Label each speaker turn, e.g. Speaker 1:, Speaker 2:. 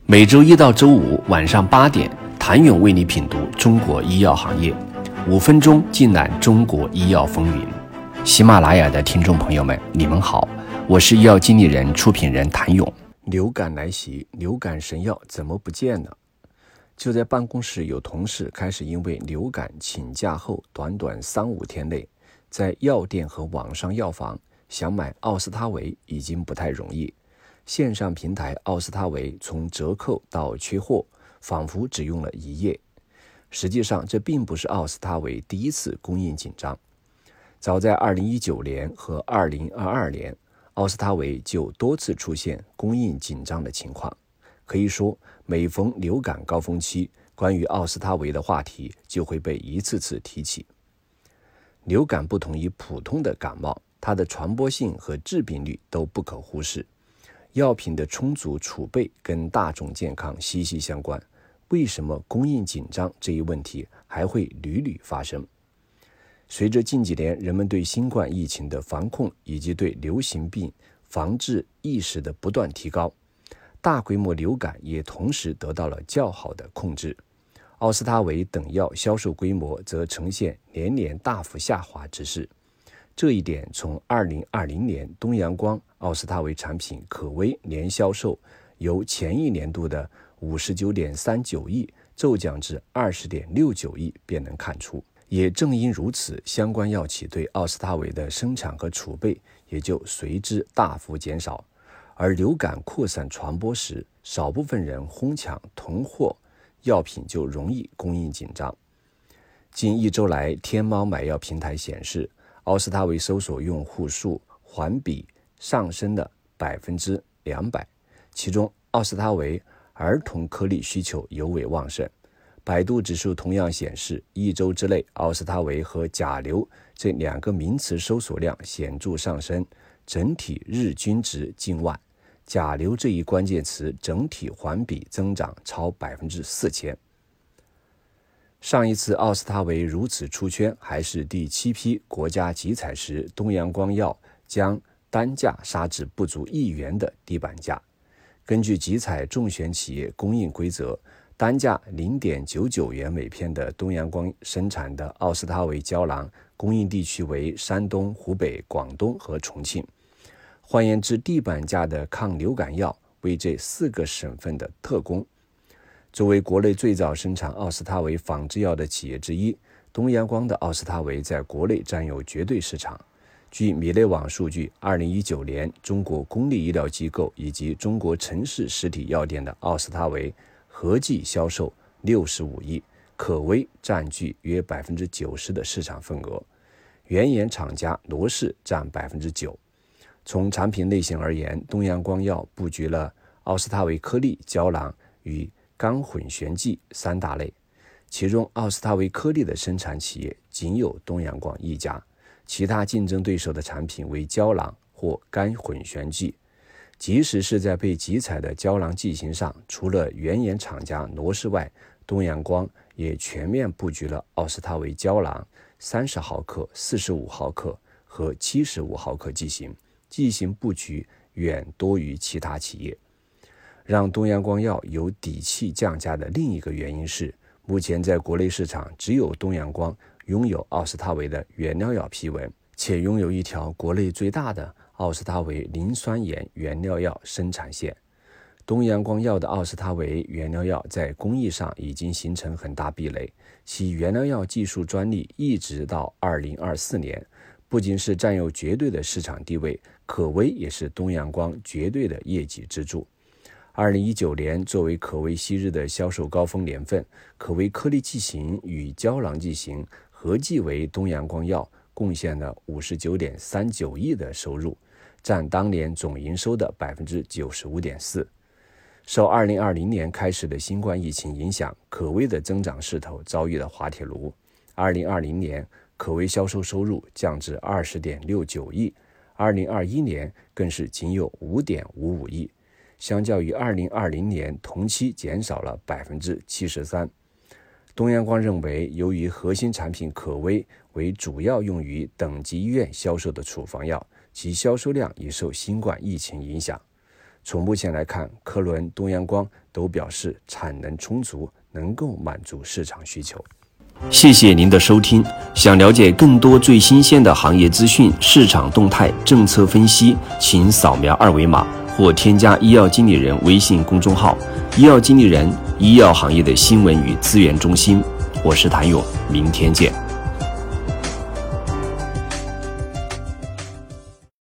Speaker 1: 每周一到周五晚上8点，谭勇为你品读中国医药行业，5分钟尽览中国医药风云。喜马拉雅的听众朋友们，你们好，我是医药经理人、出品人谭勇。流感来袭，流感神药怎么不见了？就在办公室，有同事开始因为流感请假后，短短3-5天内，在药店和网上药房想买奥司他韦已经不太容易。线上平台奥司他韦从折扣到缺货，仿佛只用了1夜。实际上，这并不是奥司他韦第一次供应紧张。早在2019年和2022年，奥司他韦就多次出现供应紧张的情况。可以说，每逢流感高峰期，关于奥司他韦的话题就会被一次次提起。流感不同于普通的感冒，它的传播性和致病率都不可忽视。药品的充足储备跟大众健康息息相关，为什么供应紧张这一问题还会屡屡发生？随着近几年人们对新冠疫情的防控以及对流行病防治意识的不断提高，大规模流感也同时得到了较好的控制。奥司他韦等药销售规模则呈现年年大幅下滑之势。这一点从2020年东阳光奥司他韦产品可谓年销售由前一年度的59.39亿骤降至20.69亿便能看出。也正因如此，相关药企对奥司他韦的生产和储备也就随之大幅减少。而流感扩散传播时，少部分人哄抢囤货，药品就容易供应紧张。近1周来，天猫买药平台显示，奥司他韦搜索用户数环比上升了200%，其中奥司他韦儿童颗粒需求尤为旺盛。百度指数同样显示，1周之内，奥司他韦和甲流这2个名词搜索量显著上升，整体日均值近万。甲流这一关键词整体环比增长超4000%。上一次奥司他韦如此出圈，还是第7批国家集采时，东阳光药将单价杀至不足1元的低板价。根据集采重选企业供应规则，单价0.99元每片的东阳光生产的奥司他韦胶囊供应地区为山东、湖北、广东和重庆。换言之，地板价的抗流感药为这4个省份的特供。作为国内最早生产奥司他韦仿制药的企业之一，东阳光的奥司他韦在国内占有绝对市场。据米内网数据，2019年中国公立医疗机构以及中国城市实体药店的奥司他韦合计销售65亿，可谓占据约90%的市场份额。原研厂家罗氏占9%。从产品类型而言，东阳光药布局了奥司他韦颗粒、胶囊与干混旋剂3大类，其中奥司他韦颗粒的生产企业仅有东阳光一家，其他竞争对手的产品为胶囊或干混旋剂。即使是在被集采的胶囊剂型上，除了原研厂家罗氏外，东阳光也全面布局了奥司他韦胶囊30毫克、45毫克和75毫克剂型，剂型布局远多于其他企业。让东阳光药有底气降价的另一个原因是，目前在国内市场只有东阳光拥有奥司他韦的原料药批文，且拥有一条国内最大的奥司他韦磷酸盐原料药生产线。东阳光药的奥司他韦原料药在工艺上已经形成很大壁垒，其原料药技术专利一直到2024年，不仅是占有绝对的市场地位，可谓也是东阳光绝对的业绩支柱。2019年作为可谓昔日的销售高峰年份，可谓颗粒剂型与胶囊剂型合计为东阳光药贡献了59.39亿的收入，占当年总营收的95.4%。受2020年开始的新冠疫情影响，可谓的增长势头遭遇了滑铁卢。2020年可谓销售收入降至20.69亿，2021年更是仅有5.55亿。相较于2020年同期减少了73%。东阳光认为，由于核心产品可谓为主要用于等级医院销售的处方药，其销售量也受新冠疫情影响。 从目前来看，科伦、东阳光都表示产能充足，能够满足市场需求。谢谢您的收听。想了解更多最新鲜的行业资讯、市场动态、政策分析，请扫描二维码或添加医药经理人微信公众号“医药经理人”，医药行业的新闻与资源中心。我是谭勇，明天见。